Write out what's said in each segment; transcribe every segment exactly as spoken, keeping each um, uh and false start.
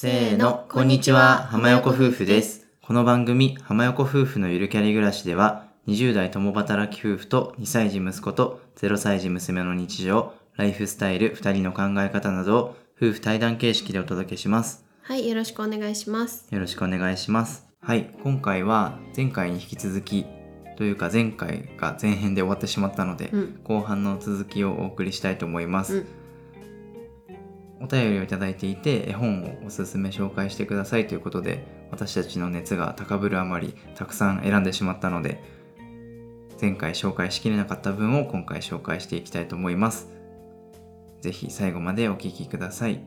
せーの、こんにちは、浜横夫婦です。この番組、浜横夫婦のゆるキャリ暮らしでは、にじゅう代共働き夫婦とにさい児息子とゼロさい児娘の日常、ライフスタイル、ふたりの考え方などを夫婦対談形式でお届けします。 はい、よろしくお願いします。 よろしくお願いします。はい、今回は前回に引き続きというか前回が前編で終わってしまったので、うん、後半の続きをお送りしたいと思います。うんお便りをいただいていて絵本をおすすめ紹介してくださいということで私たちの熱が高ぶるあまりたくさん選んでしまったので前回紹介しきれなかった分を今回紹介していきたいと思います。ぜひ最後までお聞きください。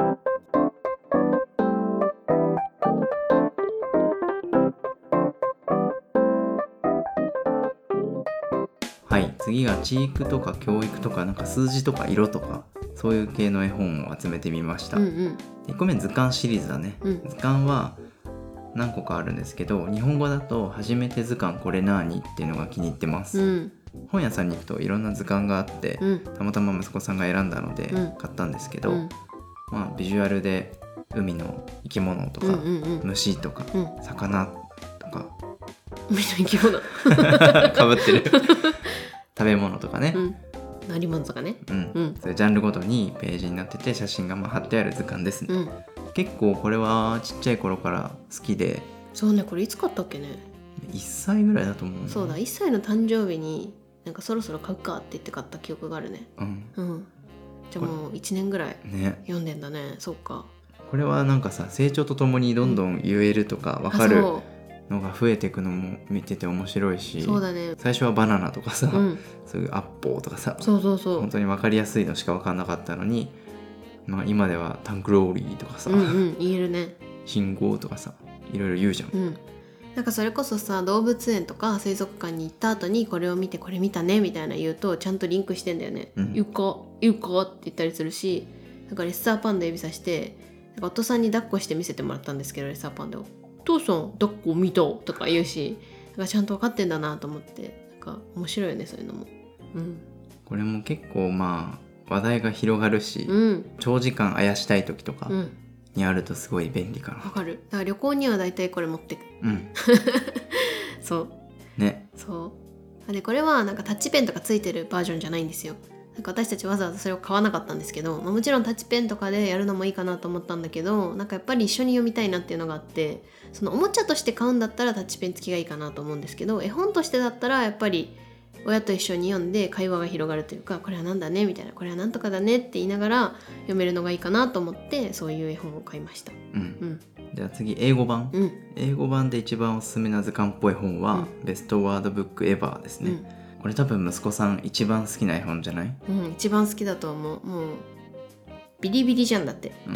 はい、次が知育とか教育とかなんか数字とか色とかそういう系の絵本を集めてみました。うんうん、いっこめ図鑑シリーズだね、うん、図鑑は何個かあるんですけど日本語だと初めて図鑑これなーにっていうのが気に入ってます、うん、本屋さんに行くといろんな図鑑があって、うん、たまたま息子さんが選んだので買ったんですけど、うんまあ、ビジュアルで海の生き物とか、うんうんうん、虫とか、うん、魚とか海の生き物かぶってる食べ物とかね、うんなり物とかね、 うんうん、それジャンルごとにページになってて写真がまあ貼ってある図鑑ですね、うん、結構これはちっちゃい頃から好きでそうねこれいつ買ったっけねいっさいぐらいだと思う、ね、 そうだいっさいの誕生日になんかそろそろ買うかって言って買った記憶があるねうん、うん、じゃあもういちねんぐらい読んでんだね、ねそうかこれはなんかさ成長とともにどんどん言えるとか分かる、うんのが増えていくのも見てて面白いしそうだね最初はバナナとかさ、うん、そういうアッポーとかさそうそうそう本当に分かりやすいのしか分かんなかったのに、まあ、今ではタンクローリーとかさ、 うんうん、言えるね信号とかさいろいろ言うじゃん、うん、 なんかそれこそさ動物園とか水族館に行った後にこれを見てこれ見たねみたいな言うとちゃんとリンクしてんだよね、うん、ゆかゆかって言ったりするしなんかレッサーパンダ指さしてなんか夫さんに抱っこして見せてもらったんですけどレッサーパンダをお父さん抱っこ見たとか言うしなんかちゃんと分かってんだなと思ってなんか面白いよねそういうのも、うん、 これも結構まあ話題が広がるし、うん、長時間あやしたい時とかにあるとすごい便利かな。 わかる。だから旅行にはだいたいこれ持ってく、うん、そうねそうでこれはなんかタッチペンとかついてるバージョンじゃないんですよ。なんか私たちわざわざそれを買わなかったんですけど、まあ、もちろんタッチペンとかでやるのもいいかなと思ったんだけどなんかやっぱり一緒に読みたいなっていうのがあってそのおもちゃとして買うんだったらタッチペン付きがいいかなと思うんですけど絵本としてだったらやっぱり親と一緒に読んで会話が広がるというかこれはなんだねみたいなこれはなんとかだねって言いながら読めるのがいいかなと思ってそういう絵本を買いました、うんうん、 じゃあ次英語版、うん、英語版で一番おすすめな図鑑っぽい本は、うん、ベストワードブックエバーですね、うんこれ多分息子さん一番好きな絵本じゃない？ うん一番好きだと思う。もうビリビリじゃんだって、うん、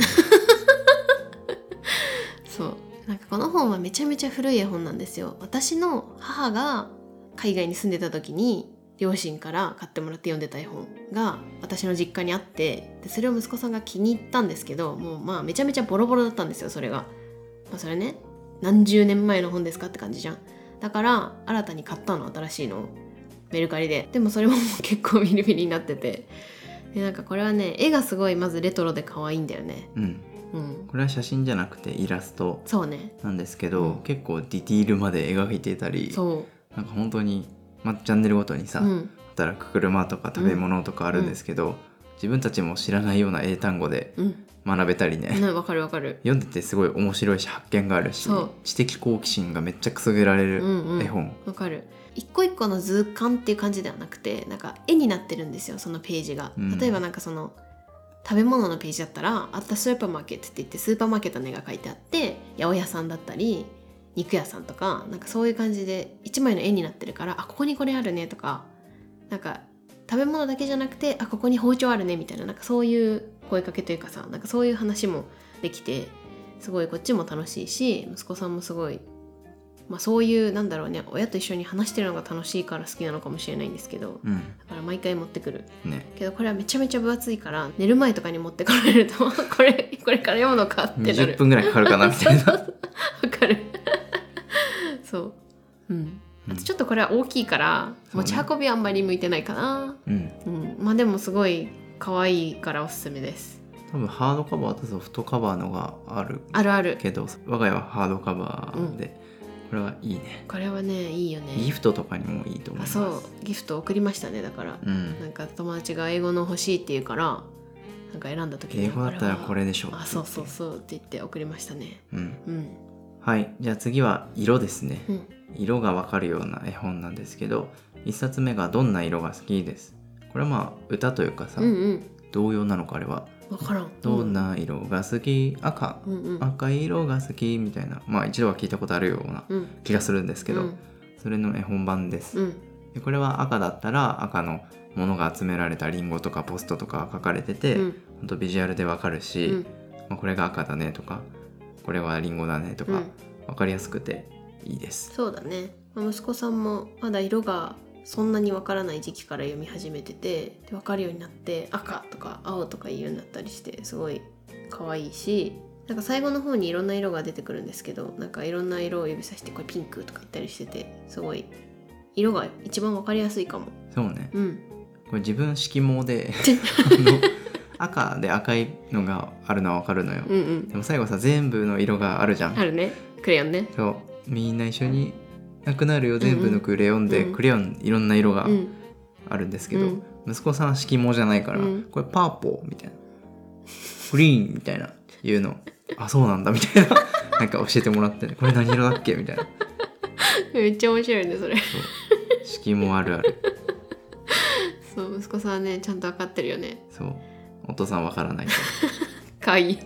そうなんかこの本はめちゃめちゃ古い絵本なんですよ。私の母が海外に住んでた時に両親から買ってもらって読んでた絵本が私の実家にあってでそれを息子さんが気に入ったんですけどもうまあめちゃめちゃボロボロだったんですよそれが、まあ、それね何十年前の本ですかって感じじゃん。だから新たに買ったの新しいのをメルカリででもそれも結構ビリビリになっててでなんかこれはね絵がすごいまずレトロで可愛いんだよね、うんうん、これは写真じゃなくてイラストなんですけど、ねうん、結構ディティールまで描いていたりそうなんか本当に、ま、チャンネルごとにさ、うん、働く車とか食べ物とかあるんですけど、うん、自分たちも知らないような英単語で学べたりね、 うん、わかるわかる読んでてすごい面白いし発見があるし知的好奇心がめっちゃくすぐられる絵本、うんうん、 わかる一個一個の図鑑っていう感じではなくてなんか絵になってるんですよそのページが、うん、例えばなんかその食べ物のページだったらあったスーパーマーケットって言ってスーパーマーケットの絵が描いてあって八百屋さんだったり肉屋さんとかなんかそういう感じで一枚の絵になってるからあここにこれあるねとかなんか食べ物だけじゃなくてあここに包丁あるねみたいななんかそういう声かけというかさなんかそういう話もできてすごいこっちも楽しいし息子さんもすごいまあ、そういうなんだろうね親と一緒に話してるのが楽しいから好きなのかもしれないんですけど、うん、だから毎回持ってくる、ね、けどこれはめちゃめちゃ分厚いから寝る前とかに持ってこられるとこれこれから読むのかってなるにじゅっぷんぐらいかかるかなみたいなわかるそううん、あとちょっとこれは大きいから持ち運びはあんまり向いてないかな、うんうん、まあでもすごい可愛いからおすすめです。 多分ハードカバーとソフトカバーのがあるあるあるけど、我が家はハードカバーで、うん、これはいいね。 これはねいいよね。 ギフトとかにもいいと思います。 あ、そうギフト送りましたね。だから、うん、なんか友達が英語の欲しいって言うからなんか選んだ時に英語だったらこれでしょう。 あ、そうそうそうって言って送りましたね。 うん、うん、はい。じゃあ次は色ですね、うん、色がわかるような絵本なんですけど、一冊目がどんな色が好きです。これはまあ歌というかさ、うんうん、童謡なのかあれは。 わからん。 どんな色が好き、赤、うんうん、赤い色が好きみたいな、まあ一度は聞いたことあるような気がするんですけど、うん、それの絵本版です、うん、でこれは赤だったら赤のものが集められたリンゴとかポストとか書かれてて、うん、ほんとビジュアルでわかるし、うん、まあ、これが赤だねとかこれはリンゴだねとか、うん、わかりやすくていいです。 そうだね。息子さんもまだ色がそんなにわからない時期から読み始めてて、で分かるようになって赤とか青とか言うようになったりしてすごい可愛いし、なんか最後の方にいろんな色が出てくるんですけど、なんかいろんな色を指さしてこれピンクとか言ったりしてて、すごい色が一番分かりやすいかも。 そうね、うん、これ自分色盲で赤で赤いのがあるのは分かるのよ、うんうん、でも最後さ全部の色があるじゃん。 あるね、クレヨンね。 そうみんな一緒になくなるよ全部のクレヨンで、うんうん、クレヨンいろんな色があるんですけど、うん、息子さんは色盲じゃないから、うん、これパーポーみたいなグリーンみたいな言うのあそうなんだみたいななんか教えてもらって、ね、これ何色だっけみたいなめっちゃ面白いねそれ。そう色盲あるある。 そう息子さんはねちゃんと分かってるよね。 そうお父さん分からないからかわいい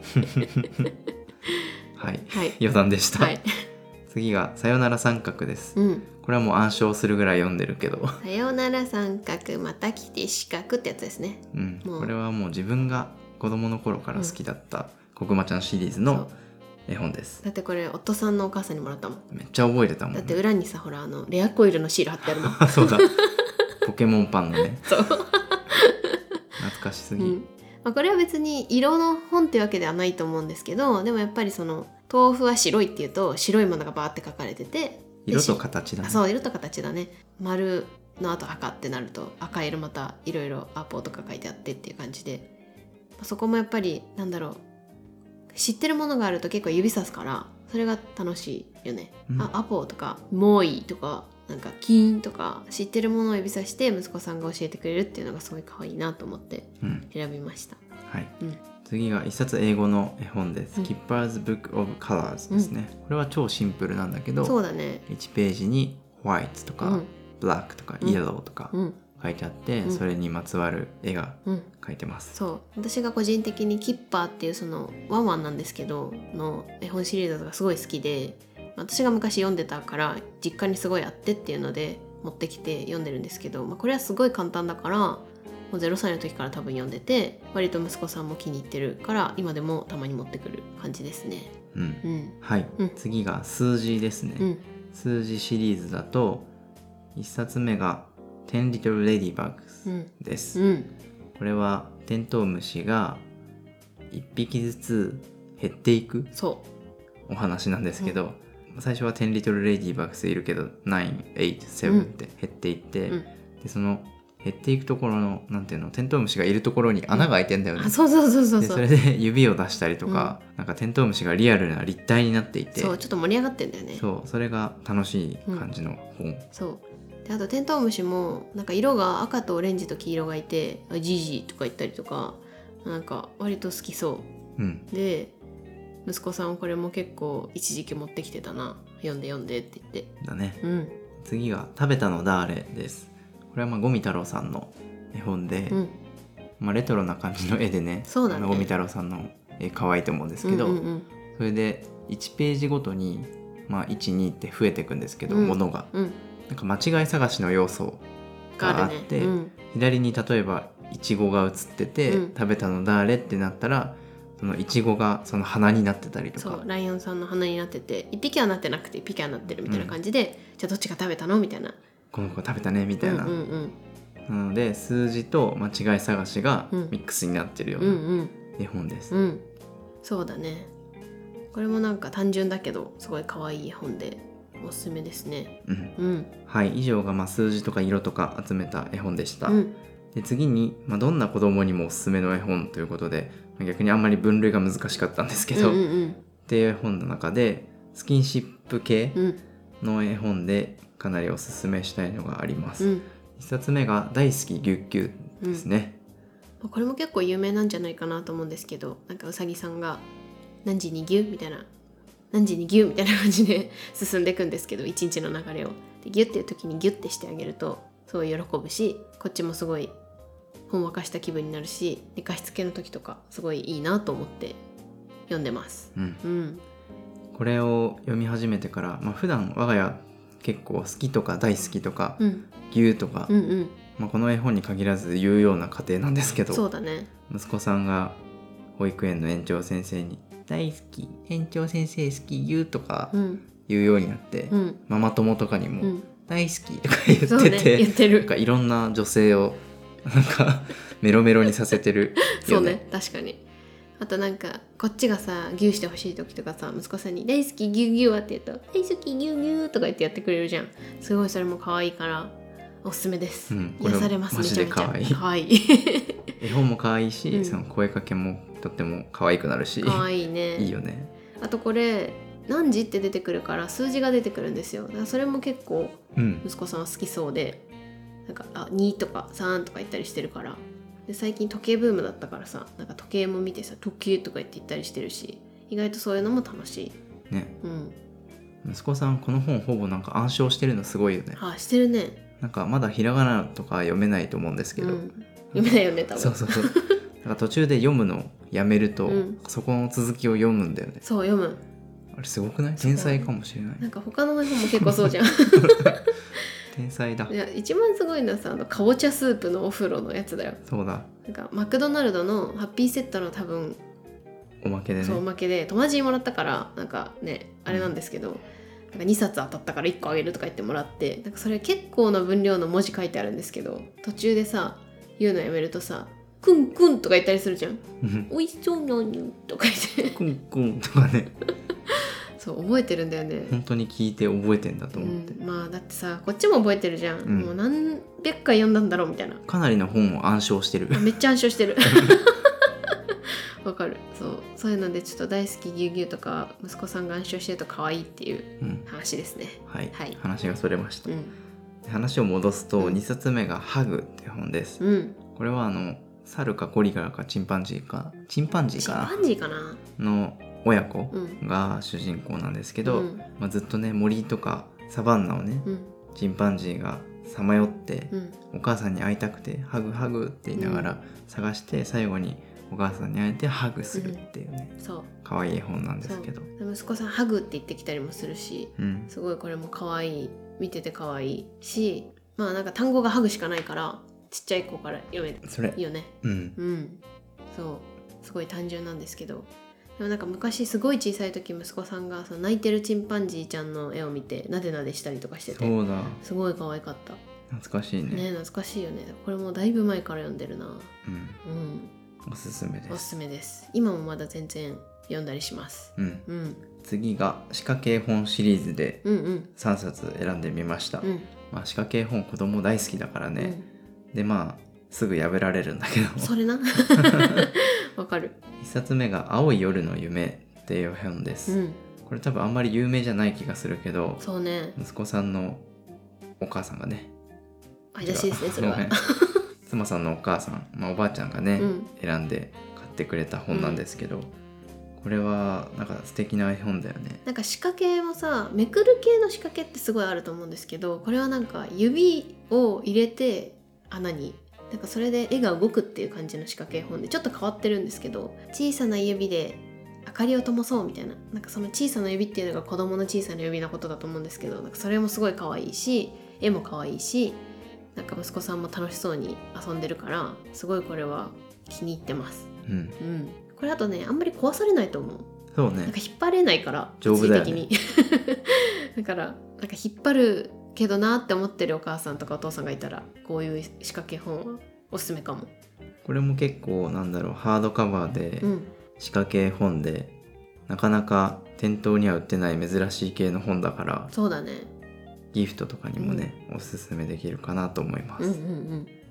はい、はい、余談でした、はい、次がさよなら三角です、うん、これはもう暗唱するぐらい読んでるけどさよなら三角また来て四角ってやつですね、 うん、これはもう自分が子供の頃から好きだったこぐまちゃんシリーズの絵本です。 だってこれ夫さんのお母さんにもらったもん。 めっちゃ覚えてたもん、ね、 だって裏にさほらあのレアコイルのシール貼ってあるもんそうだポケモンパンのねそう懐かしすぎ、うんまあ、これは別に色の本ってわけではないと思うんですけど、でもやっぱりその豆腐は白いっていうと白いものがバーって書かれてて、 色と形だね。 そう色と形だね。丸の後赤ってなると赤色またいろいろアポとか書いてあってっていう感じで、そこもやっぱりなんだろう知ってるものがあると結構指さすからそれが楽しいよね、うん、あアポとかモーイとかなんかキーンとか知ってるものを指さして息子さんが教えてくれるっていうのがすごい可愛いなと思って選びました、 うん、はい、うん、次が一冊英語の絵本です、うん、Keeper's Book of Colors ですね、うん、これは超シンプルなんだけどそうだねいちページに White とか、うん、Black とか Yellow とか、うん書いてあって、うん、それにまつわる絵が描いてます、 うん、そう私が個人的にキッパーっていうそのワンワンなんですけどの絵本シリーズがすごい好きで、私が昔読んでたから実家にすごいあってっていうので持ってきて読んでるんですけど、まあ、これはすごい簡単だからもうゼロさいの時から多分読んでて割と息子さんも気に入ってるから今でもたまに持ってくる感じですね、 うんうん、はい、うん、次が数字ですね、うん、数字シリーズだといっさつめがten Little Ladybugs です、うんうん、これはテントウムシがいっぴきずつ減っていくお話なんですけど、うん、最初はten Little Ladybugs いるけどナイン、エイト、セブンって減っていって、うん、でその減っていくところのなんていうのテントウムシがいるところに穴が開いてんだよね、 うん、そうそうそうそうでそれで指を出したりとか、うん、なんかテントウムシがリアルな立体になっていてそうちょっと盛り上がってんだよね。 そうそれが楽しい感じの本、うん、 そうであとテントウムシもなんか色が赤とオレンジと黄色がいてジジとか言ったりとかなんか割と好きそう、うん、で息子さんはこれも結構一時期持ってきてたな読んで読んでって言ってだね、うん、次が食べたのだーれです。これはまあ五味太郎さんの絵本で、うんまあ、レトロな感じの絵でねそうだね五味太郎さんの絵可愛いと思うんですけど、うんうんうん、それでいちページごとに、まあ、いち、にって増えていくんですけど、うん、ものが、うんなんか間違い探しの要素があって、ねうん、左に例えばイチゴが写ってて、うん、食べたの誰ってなったらそのイチゴがその花になってたりとかそうライオンさんの花になってていっぴきはなってなくていっぴきはなってるみたいな感じで、うん、じゃあどっちが食べたのみたいなこの子が食べたねみたいな、うんうんうん、なので数字と間違い探しがミックスになってるような絵本です、 うんうんうん、そうだねこれもなんか単純だけどすごい可愛い絵本でおすすめですね、 うんうん、はい以上がまあ数字とか色とか集めた絵本でした、うん、 で次に、まあ、どんな子供にもおすすめの絵本ということで、逆にあんまり分類が難しかったんですけど、 うんうんうん、 っていう絵本の中でスキンシップ系の絵本でかなりおすすめしたいのがあります、うん、ひとつめが大好きぎゅっぎゅですね、 うん、これも結構有名なんじゃないかなと思うんですけど、なんかうさぎさんが何時にギュみたいな、何時にギュみたいな感じで進んでいくんですけど、一日の流れをでギュっていう時にギュってしてあげるとすごい喜ぶし、こっちもすごいほんわかした気分になるし、寝かしつけの時とかすごいいいなと思って読んでます、 うんうん、これを読み始めてから、まあ、普段我が家結構好きとか大好きとか、うん、牛とか、うんうんまあ、この絵本に限らず言うような家庭なんですけど、 そうだね、 息子さんが保育園の園長先生に大好き、園長先生好き牛とか言うようになって、うん、ママ友とかにも、うん、大好きとか言ってて、ね、言ってる、なんかいろんな女性をなんかメロメロにさせてるよね。そうね、確かに。あとなんかこっちがさギューしてほしい時とかさ、息子さんに大好きギューギューはって言うと大好きギューギューとか言ってやってくれるじゃん。すごいそれも可愛いからおすすめです、うん、癒されます。 マジで可愛い、 可愛い絵本も可愛いし、うん、その声かけもとっても可愛くなるし、 可愛いね。 いいよね。 あとこれ何時って出てくるから数字が出てくるんですよ。だからそれも結構息子さんは好きそうで、うん、なんかあにとかさんとか言ったりしてるから。で最近時計ブームだったからさ、なんか時計も見てさ時計とか言って言ったりしてるし、意外とそういうのも楽しいね、 うん、息子さんこの本ほぼなんか暗唱してるのすごいよね。 あ、してるね。 なんかまだひらがなとか読めないと思うんですけど、うん、 読めないよね多分。 そうそうそうなんか途中で読むのやめると、うん、そこの続きを読むんだよね。 そう読む。 あれすごくない？天才かもしれない。 なんか他の絵本も結構そうじゃん天才だ。 いや一番すごいのはさ、あのかぼちゃスープのお風呂のやつだよ。 そうだ。 なんかマクドナルドのハッピーセットの多分おまけでね。 そうおまけで友達にもらったからなんかねあれなんですけど、うん、なんかにさつ当たったからいっこあげるとか言ってもらって、なんかそれ結構な分量の文字書いてあるんですけど、途中でさ言うのやめるとさクンクンとか言ったりするじゃん美味しそうなのにとか言ってクンクンとかねそう覚えてるんだよね。 本当に聞いて覚えてんだと思って、 うん、まあだってさこっちも覚えてるじゃん、うん、もう何百回読んだんだろうみたいな。 かなりの本を暗唱してる。 めっちゃ暗唱してるわかる。そうそういうのでちょっと大好きギュウギュウとか息子さんが暗唱してると可愛いっていう話ですね、 うん、はい、はい、話がそれました、うん、話を戻すと、うん、にさつめがハグっていう本です、うん、これはあの猿かゴリラかチンパンジーかチンパンジーかなチンパンジーかなの親子が主人公なんですけど、うんまあ、ずっとね森とかサバンナをね、うん、チンパンジーがさまよって、うん、お母さんに会いたくてハグハグって言いながら探して、うん、最後にお母さんに会えてハグするっていうね、うん、そう可愛い絵本なんですけど、 息子さんハグって言ってきたりもするし、うん、すごいこれも可愛い、見てて可愛いし、まあなんか単語がハグしかないからちっちゃい子から読める。 それいいよね。うん、うん、そうすごい単純なんですけど、でもなんか昔すごい小さい時息子さんがその泣いてるチンパンジーちゃんの絵を見てなでなでしたりとかしてて、 そうだすごい可愛かった。 懐かしいね。 ね懐かしいよね。これもだいぶ前から読んでるな。うん、 うん、おすすめです。 おすすめです。今もまだ全然読んだりします。うん、 うん、次が歯科系本シリーズでさんさつ選んでみました、うんうんまあ、歯科系本子供大好きだからね、うん、でまあすぐ破られるんだけどそれなわかる。 いっさつめが青い夜の夢っていう本です、うん、これ多分あんまり有名じゃない気がするけど、 そうね、 息子さんのお母さんがね、 愛らしいですねそれは妻さんのお母さん、まあ、おばあちゃんがね、うん、選んで買ってくれた本なんですけど、うん、これはなんか素敵な絵本だよね。 なんか歯科系もさめくる系の歯科系ってすごいあると思うんですけど、これはなんか指を入れて穴になんかそれで絵が動くっていう感じの歯科系本でちょっと変わってるんですけど、小さな指で明かりを灯そうみたいな、なんかその小さな指っていうのが子供の小さな指のことだと思うんですけど、なんかそれもすごい可愛いし絵も可愛いし、なんか息子さんも楽しそうに遊んでるからすごいこれは気に入ってます、うんうん、これあとねあんまり壊されないと思う。 そうね、 なんか引っ張れないから丈夫だよねだからなんか引っ張るけどなって思ってるお母さんとかお父さんがいたらこういう仕掛け本はおすすめかも。 これも結構なんだろうハードカバーで仕掛け本で、うん、なかなか店頭には売ってない珍しい系の本だから、 そうだね、 ギフトとかにもね、うん、おすすめできるかなと思います、うんうんうん、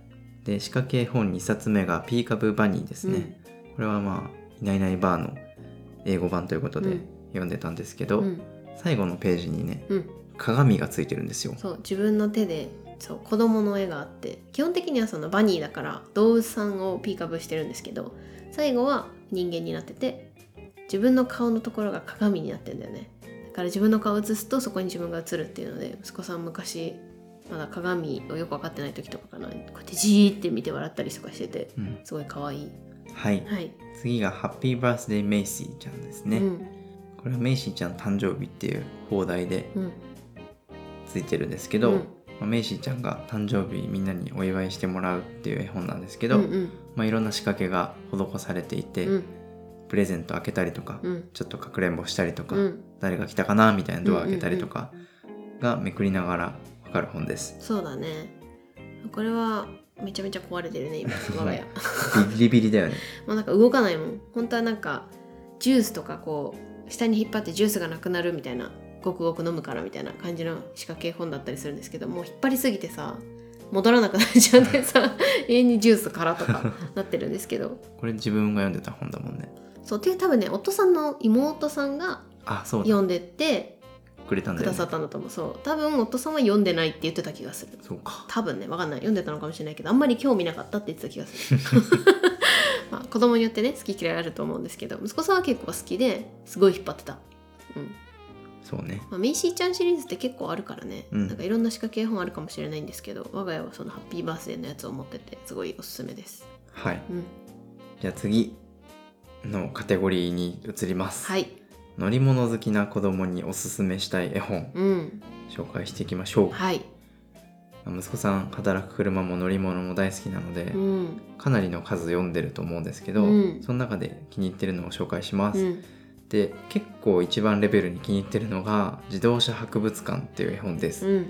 で仕掛け絵本にさつめがピーカブーバニーですね、うん、これはまあいないいないばあの英語版ということで読んでたんですけど、うん、最後のページにね、うん、鏡がついてるんですよ。 そう自分の手でそう子供の絵があって、基本的にはそのバニーだから動物さんをピーカブーしてるんですけど、最後は人間になってて自分の顔のところが鏡になってるんだよね。だから自分の顔を映すとそこに自分が映るっていうので、息子さん昔まだ鏡をよく分かってない時とかかな、こうやってじーって見て笑ったりとかしてて、うん、すごい可愛い。 はい、はい、次がハッピーバースデーメイシーちゃんですね、うん、これはメイシーちゃん誕生日っていう放題でついてるんですけど、うんまあ、メイシーちゃんが誕生日みんなにお祝いしてもらうっていう絵本なんですけど、うんうんまあ、いろんな仕掛けが施されていて、うん、プレゼント開けたりとか、うん、ちょっとかくれんぼしたりとか、うん、誰が来たかなみたいなドア開けたりとかがめくりながら分かる本です。 そうだね、これはめちゃめちゃ壊れてるね今我が家ビリビリだよねもうなんか動かないもん。本当はなんかジュースとかこう下に引っ張ってジュースがなくなるみたいな、ごくごく飲むからみたいな感じの仕掛け絵本だったりするんですけど、もう引っ張りすぎてさ戻らなくなっちゃってさ永遠にジュースからとかなってるんですけどこれ自分が読んでた本だもんね。 そうで多分ね夫さんの妹さんが読んでってくれたんだよね、 くださったんだと思う。そう多分夫さんは読んでないって言ってた気がする。 そうか多分ね分かんない、読んでたのかもしれないけどあんまり興味なかったって言ってた気がするまあ子供によってね好き嫌いあると思うんですけど、息子さんは結構好きですごい引っ張ってた。うんそうね、 まあ、メイシーちゃんシリーズって結構あるからね、うん、なんかいろんな仕掛け絵本あるかもしれないんですけど、我が家はそのハッピーバースデーのやつを持っててすごいおすすめです。 はい、うん、じゃあ次のカテゴリーに移ります。 はい、 乗り物好きな子供におすすめしたい絵本、うん、紹介していきましょう。 はい、 息子さん働く車も乗り物も大好きなので、うん、かなりの数読んでると思うんですけど、うん、その中で気に入ってるのを紹介します。うんで結構一番レベルに気に入ってるのが自動車博物館っていう絵本です、うん、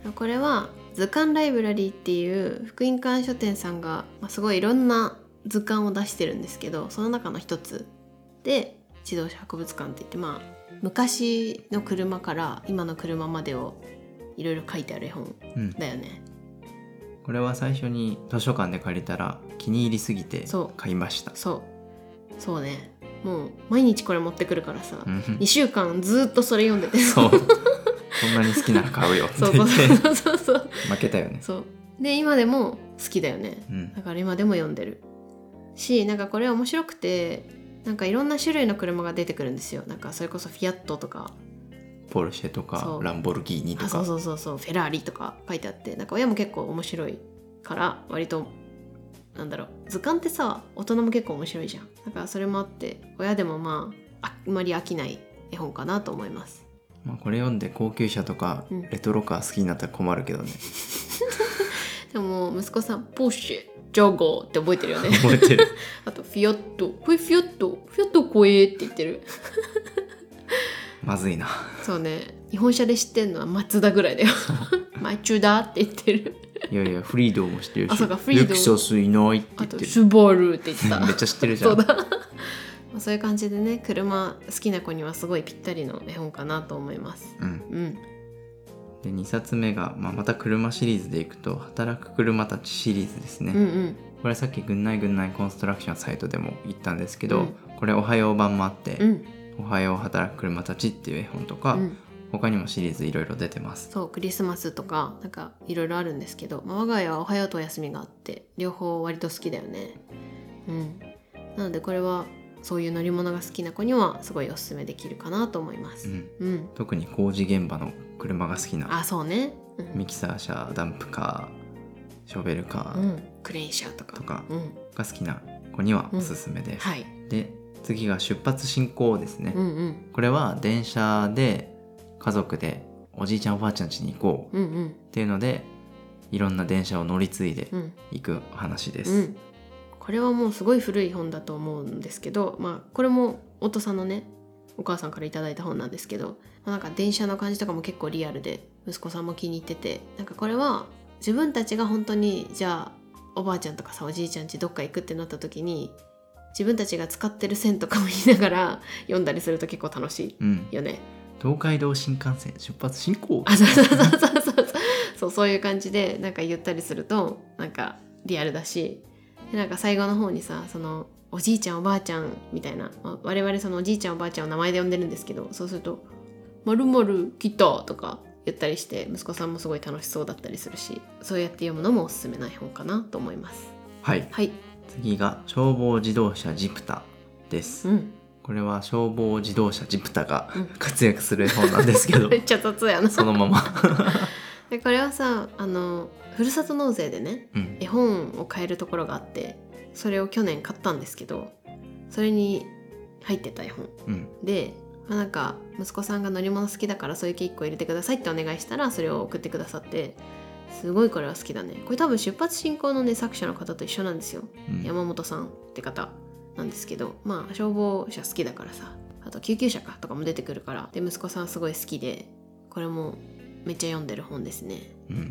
これは図鑑ライブラリーっていう福音館書店さんが、まあ、すごいいろんな図鑑を出してるんですけど、その中の一つで自動車博物館って言って、まあ昔の車から今の車までをいろいろ書いてある絵本だよね、 うん、これは最初に図書館で借りたら気に入りすぎて買いました。 そうそうね、もう毎日これ持ってくるからさ、うん、にしゅうかんずっとそれ読んでてそうこんなに好きなら買うよって言ってそうそうそう負けたよね。 そうで今でも好きだよね、うん、だから今でも読んでるし、なんかこれ面白くて、なんかいろんな種類の車が出てくるんですよ。なんかそれこそフィアットとかポルシェとかランボルギーニとか、 そうそうそうそうフェラーリとか書いてあって、なんか親も結構面白いから割となんだろう、図鑑ってさ大人も結構面白いじゃん。だからそれもあって親でもまああんまり飽きない絵本かなと思います。 まあ、これ読んで高級車とかレトロカー好きになったら困るけどね、 うん、でも息子さんポルシェジャガーって覚えてるよね覚えてるあとフィアットこれフィアットフィアット怖えって言ってるまずいな。 そうね、日本車で知ってんのはマツダぐらいだよマイチュダって言ってるいやいやフリードも知ってるし、 あそうかフリード、 レクサスいないって言ってる、あとシュバルって言ってためっちゃ知ってるじゃんそうだそういう感じでね、車好きな子にはすごいぴったりの絵本かなと思います。うん、うん、 でにさつめが、まあ、また車シリーズでいくと働く車たちシリーズですね、うんうん、これさっきぐんないぐんないコンストラクションサイトでも言ったんですけど、うん、これおはよう版もあって、うん、おはよう働く車たちっていう絵本とか、うん、他にもシリーズいろいろ出てます。 そうクリスマスとかなんかいろいろあるんですけど、まあ、我が家はおはようとお休みがあって両方割と好きだよね。うんなのでこれはそういう乗り物が好きな子にはすごいおすすめできるかなと思います、うんうん、 特に工事現場の車が好きな、 あそうね、 うん、ミキサー車、ダンプカー、ショベルカー、 うん、クレーン車とかとかが好きな子にはおすすめです、 うんはい、 で次が出発進行ですね、 うんうん、 これは電車で家族でおじいちゃんおばあちゃん家に行こうっていうので、うんうん、いろんな電車を乗り継いで行く話です、うんうんこれはもうすごい古い本だと思うんですけど、まあこれも夫さんのねお母さんからいただいた本なんですけど、まあ、なんか電車の感じとかも結構リアルで息子さんも気に入ってて、なんかこれは自分たちが本当にじゃあおばあちゃんとかさおじいちゃん家どっか行くってなった時に自分たちが使ってる線とかも見ながら読んだりすると結構楽しいよね、 うん、東海道新幹線出発進行あそうそうそうそうそうそうそういう感じでなんか言ったりするとなんかリアルだし、でなんか最後の方にさ、そのおじいちゃんおばあちゃんみたいな、我々そのおじいちゃんおばあちゃんを名前で呼んでるんですけど、そうすると〇〇来たとか言ったりして、息子さんもすごい楽しそうだったりするし、そうやって読むのもおすすめな絵本かなと思います。 はい、 はい、 次が消防自動車ジプタです、うん、これは消防自動車ジプタが、うん、活躍する絵本なんですけどめっちゃ雑やなそのままでこれはさ、あのふるさと納税でね、うん、絵本を買えるところがあって、それを去年買ったんですけど、それに入ってた絵本、うん、で、まあ、なんか息子さんが乗り物好きだからそういう系いっこ入れてくださいってお願いしたら、それを送ってくださって、すごいこれは好きだね。これ多分出発進行のね作者の方と一緒なんですよ、うん、山本さんって方なんですけど、まあ消防車好きだからさ、あと救急車かとかも出てくるから、で息子さんすごい好きで、これもめっちゃ読んでる本ですね。うん、うん、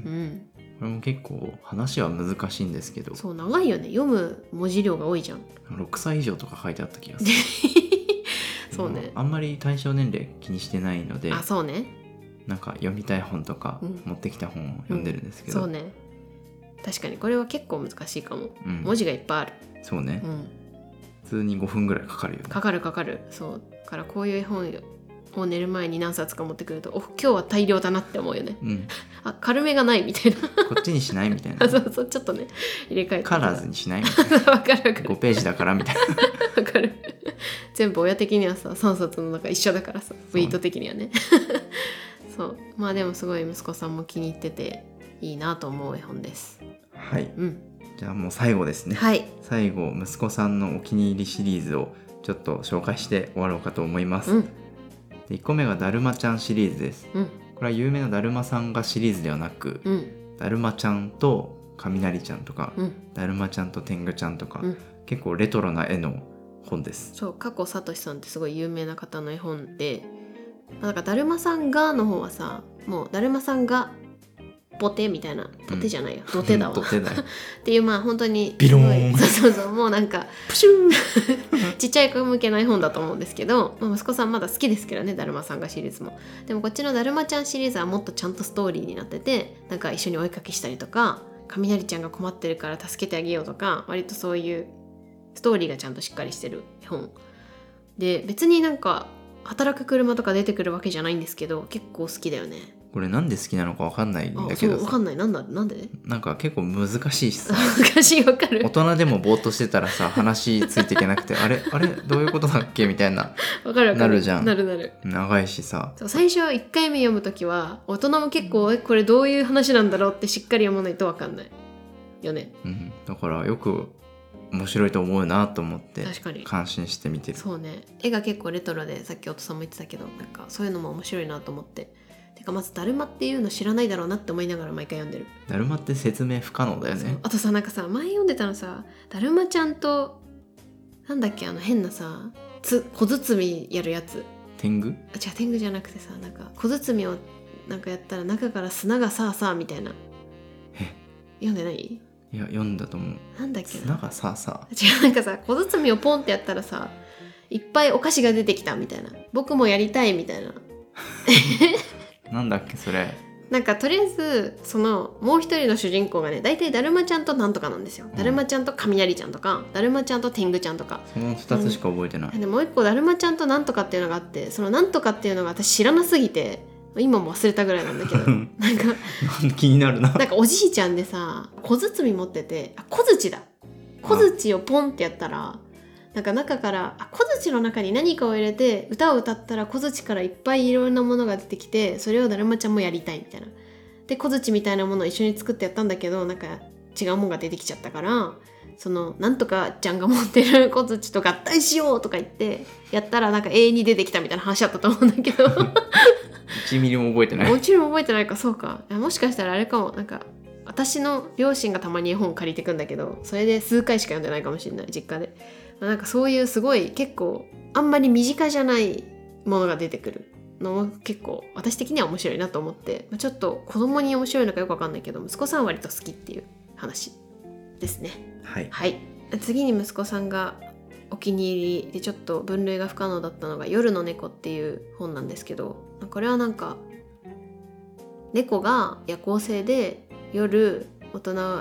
これも結構話は難しいんですけど、 そう長いよね、読む文字量が多いじゃん。 ろくさい以上とか書いてあった気がするそうね、 あんまり対象年齢気にしてないので、 あ、そうね、 なんか読みたい本とか、うん、持ってきた本を読んでるんですけど、 うん、そうね、確かにこれは結構難しいかも、うん、文字がいっぱいある。 そうね、うん、普通にごふんぐらいかかるよね。 かかるかかる。そうだからこういう絵本を寝る前に何冊か持ってくると、お今日は大量だなって思うよね、うん、あ軽めがないみたいなこっちにしないみたいなそうそうちょっとね入れ替えてカラーズにしないみたいなわかるわかる、 ごページだからみたいなわかる全部親的にはささんさつの中一緒だからさ、ウェイト的にはねそうまあでもすごい息子さんも気に入ってていいなと思う絵本です。 はい、うん、じゃあもう最後ですね、 はい、最後息子さんのお気に入りシリーズをちょっと紹介して終わろうかと思います、うん、でいっこめがだるまちゃんシリーズです、うん、これは有名なだるまさんがシリーズではなく、うん、だるまちゃんと雷ちゃんとか、うん、だるまちゃんと天狗ちゃんとか、うん、結構レトロな絵の本です。 そう、加古聡さんってすごい有名な方の絵本で、なんかだるまさんがの方はさ、もうだるまさんがボテみたいな、ボテじゃないよ、うん、ドテだわドテだよっていう、まあ本当にビローンそうそうそう、もうなんかプシューちっちゃい子向けの絵本だと思うんですけど、まあ、息子さんまだ好きですけどね、だるまさんがシリーズも。でもこっちのだるまちゃんシリーズはもっとちゃんとストーリーになってて、なんか一緒に追いかけしたりとか、雷ちゃんが困ってるから助けてあげようとか、割とそういうストーリーがちゃんとしっかりしてる絵本で、別になんか働く車とか出てくるわけじゃないんですけど、結構好きだよね。 これなんで好きなのか分かんないんだけどさ、 分かんない、なんだなんでなんか結構難しいしさ難しい、分かる。 大人でもぼーっとしてたらさ話ついていけなくてあれあれどういうことだっけみたいな分かる分かるなるじゃん。 なるなる長いしさ、 そう最初いっかいめ読むときは大人も結構えこれどういう話なんだろうってしっかり読まないと分かんないよね、 うん、だからよく面白いと思うなと思って確かに感心して見てる。 そうね、絵が結構レトロで、さっきお父さんも言ってたけど、なんかそういうのも面白いなと思って、てかまずだるまっていうの知らないだろうなって思いながら毎回読んでる。 だるまって説明不可能だよね。 あとさ、なんかさ前読んでたのさ、だるまちゃんとなんだっけ、あの変なさつ小包みやるやつ、 天狗？ あ違う、天狗じゃなくてさ、なんか小包みをなんかやったら中から砂がさあさあみたいな。 え読んでない？ いや読んだと思う。 なんだっけな、 砂がさあさあ、 違う、なんかさ小包みをポンってやったらさいっぱいお菓子が出てきたみたいな、僕もやりたいみたいななんだっけそれ。 なんかとりあえずそのもう一人の主人公がね、大体だるまちゃんとなんとかなんですよ、うん、だるまちゃんと雷ちゃんとかだるまちゃんと天狗ちゃんとか、 そのふたつしか覚えてない、 うん、でもう一個だるまちゃんとなんとかっていうのがあって、そのなんとかっていうのが私知らなすぎて今も忘れたぐらいなんだけどなんか気になるな。 なんかおじいちゃんでさ小包み持ってて、あ小槌だ小槌をポンってやったら、なんか中からあ小槌の中に何かを入れて歌を歌ったら小槌からいっぱいいろんなものが出てきて、それをだるまちゃんもやりたいみたいな。で小槌みたいなものを一緒に作ってやったんだけど、なんか違うものが出てきちゃったから、そのなんとかちゃんが持ってる小槌と合体しようとか言ってやったら、なんか永遠に出てきたみたいな話だったと思うんだけどいちミリも覚えてない。 もちろん覚えてないか。そうか、もしかしたらあれかも、なんか私の両親がたまに絵本借りてくんだけど、それで数回しか読んでないかもしれない、実家で。なんかそういうすごい結構あんまり身近じゃないものが出てくるのも結構私的には面白いなと思って、ちょっと子供に面白いのかよくわかんないけど、息子さんは割と好きっていう話ですね。 はい、 はい、次に息子さんがお気に入りでちょっと分類が不可能だったのが夜の猫っていう本なんですけど、これはなんか猫が夜行性で夜大人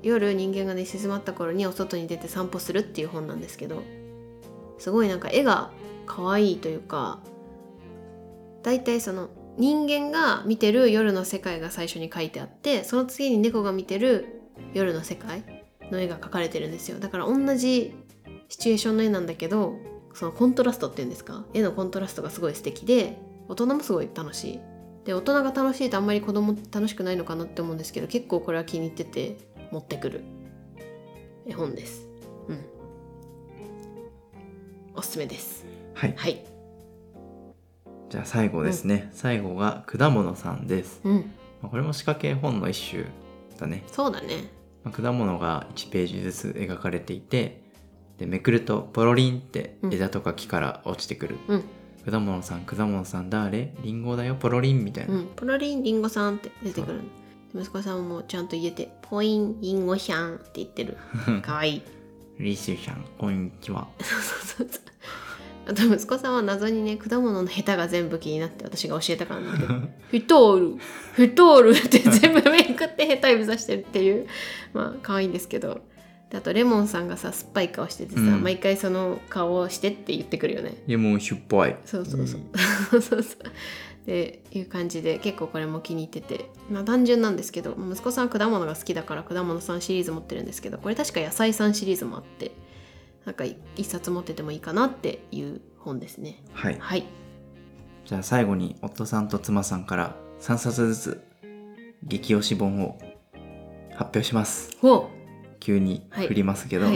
夜人間が寝静まった頃にお外に出て散歩するっていう本なんですけど、すごいなんか絵が可愛いというか、だいたいその人間が見てる夜の世界が最初に書いてあって、その次に猫が見てる夜の世界の絵が描かれてるんですよ。だから同じシチュエーションの絵なんだけど、そのコントラストっていうんですか、絵のコントラストがすごい素敵で、大人もすごい楽しい。で、大人が楽しいとあんまり子供楽しくないのかなって思うんですけど、結構これは気に入ってて持ってくる絵本です。うん。おすすめです。 はい。 はい。 じゃあ最後ですね、うん、最後が果物さんです、 うんまあ、これも仕掛け絵本の一種だね。 そうだね、 まあ、果物がいちページずつ描かれていて、でめくるとポロリンって枝とか木から落ちてくる、 うん、 果物さん果物さん誰リンゴだよポロリンみたいな、 うん、ポロリンリンゴさんって出てくる。息子さんもちゃんと言えてポインリンゴシャンって言ってる。かわいい。 リスシャンこんにちは。 そうそうそう。あと息子さんは謎にね、果物のヘタが全部気になって私が教えたからなんだけどフトールフトールって全部めくってヘタ指さしてるっていう、まあ可愛いんですけど、であとレモンさんがさ酸っぱい顔しててさ、うん、毎回その顔をしてって言ってくるよね。 レモン酸っぱい。 そうそうそう、うん、そうそうっていう感じで、結構これも気に入ってて、まあ単純なんですけど、息子さん果物が好きだから果物さんシリーズ持ってるんですけど、これ確か野菜さんシリーズもあって、なんか一冊持っててもいいかなっていう本ですね。 はい、 はい、 じゃあ最後に夫さんと妻さんからさんさつずつ激推し本を発表します。 ほう、 急に振りますけど、 はいはい、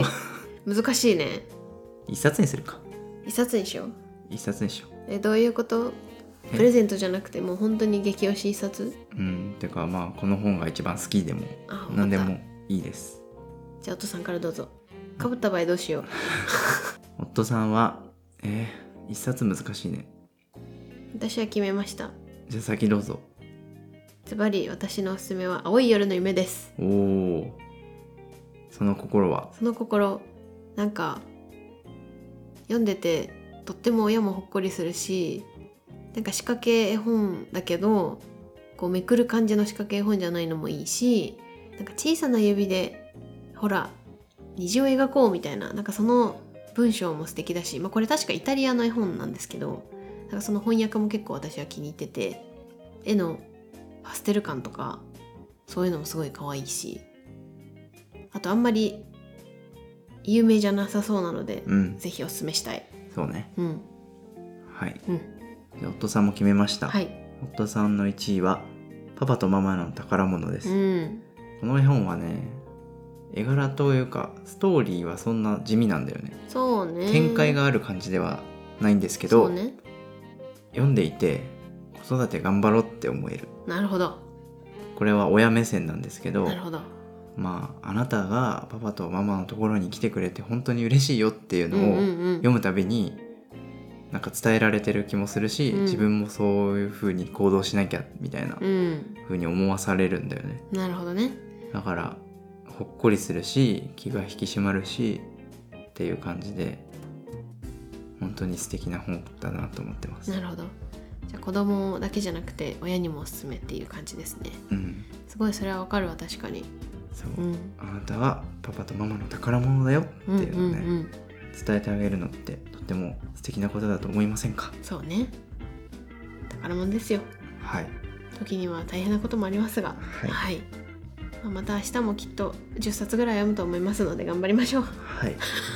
難しいね。 一冊にするか。 一冊にしよう。 一冊にしよう。 え、どういうこと？プレゼントじゃなくてもう本当に激推し一冊？ うんてかまあこの本が一番好きでも何でもいいです。 じゃあ夫さんからどうぞ。かぶった場合どうしよう。 夫さんはえー、一冊難しいね。 私は決めました。 じゃあ先どうぞ。 ズバリ私のおすすめは青い夜の夢です。 おお、その心は？ その心、なんか読んでてとっても親もほっこりするし、なんか仕掛け絵本だけどこうめくる感じの仕掛け絵本じゃないのもいいし、なんか小さな指でほら虹を描こうみたいな、なんかその文章も素敵だし、まあ、これ確かイタリアの絵本なんですけど、なんかその翻訳も結構私は気に入ってて、絵のパステル感とかそういうのもすごい可愛いし、あとあんまり有名じゃなさそうなので、うん、ぜひおすすめしたい。 そうね、 うん、 はい、 うん、 じゃあ夫さんも決めました。 はい、 夫さんのいちいはパパとママの宝物です、 うん、 この絵本はね、絵柄というかストーリーはそんな地味なんだよね。 そうね、 展開がある感じではないんですけど、 そうね、 読んでいて子育て頑張ろうって思える。 なるほど。 これは親目線なんですけど、 なるほど、 まああなたがパパとママのところに来てくれて本当に嬉しいよっていうのを読むたびになんか伝えられてる気もするし、うん、自分もそういう風に行動しなきゃみたいな風に思わされるんだよね、 うん、なるほどね。 だからほっこりするし気が引き締まるしっていう感じで本当に素敵な本だなと思ってます。 なるほど。じゃあ子供だけじゃなくて親にもおすすめっていう感じですね、うん、すごいそれはわかるわ。確かにそう、うん、あなたはパパとママの宝物だよっていうのをね、うんうんうん、伝えてあげるのってとっても素敵なことだと思いませんか？ そうね、宝物ですよ。 はい、 時には大変なこともありますが、はい、はい、まあ、また明日もきっとじゅっさつぐらい読むと思いますので頑張りましょう。 はい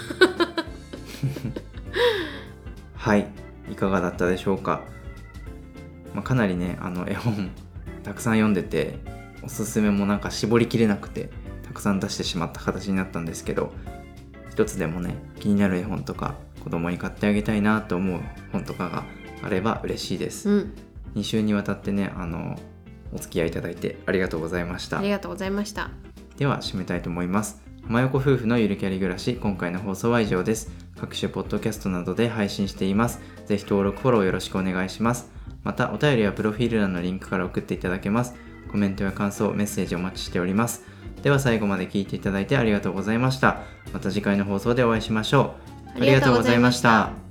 はい、いかがだったでしょうか。まあ、かなりねあの絵本たくさん読んでておすすめもなんか絞りきれなくてたくさん出してしまった形になったんですけど、一つでもね気になる絵本とか子供に買ってあげたいなと思う本とかがあれば嬉しいです、うん、に週にわたってねあのお付き合いいただいてありがとうございました。 ありがとうございました。 では締めたいと思います。浜横夫婦のゆるキャリ暮らし、今回の放送は以上です。各種ポッドキャストなどで配信しています。ぜひ登録フォローよろしくお願いします。またお便りはプロフィール欄のリンクから送っていただけます。コメントや感想、メッセージお待ちしております。では最後まで聞いていただいてありがとうございました。また次回の放送でお会いしましょう。ありがとうございました。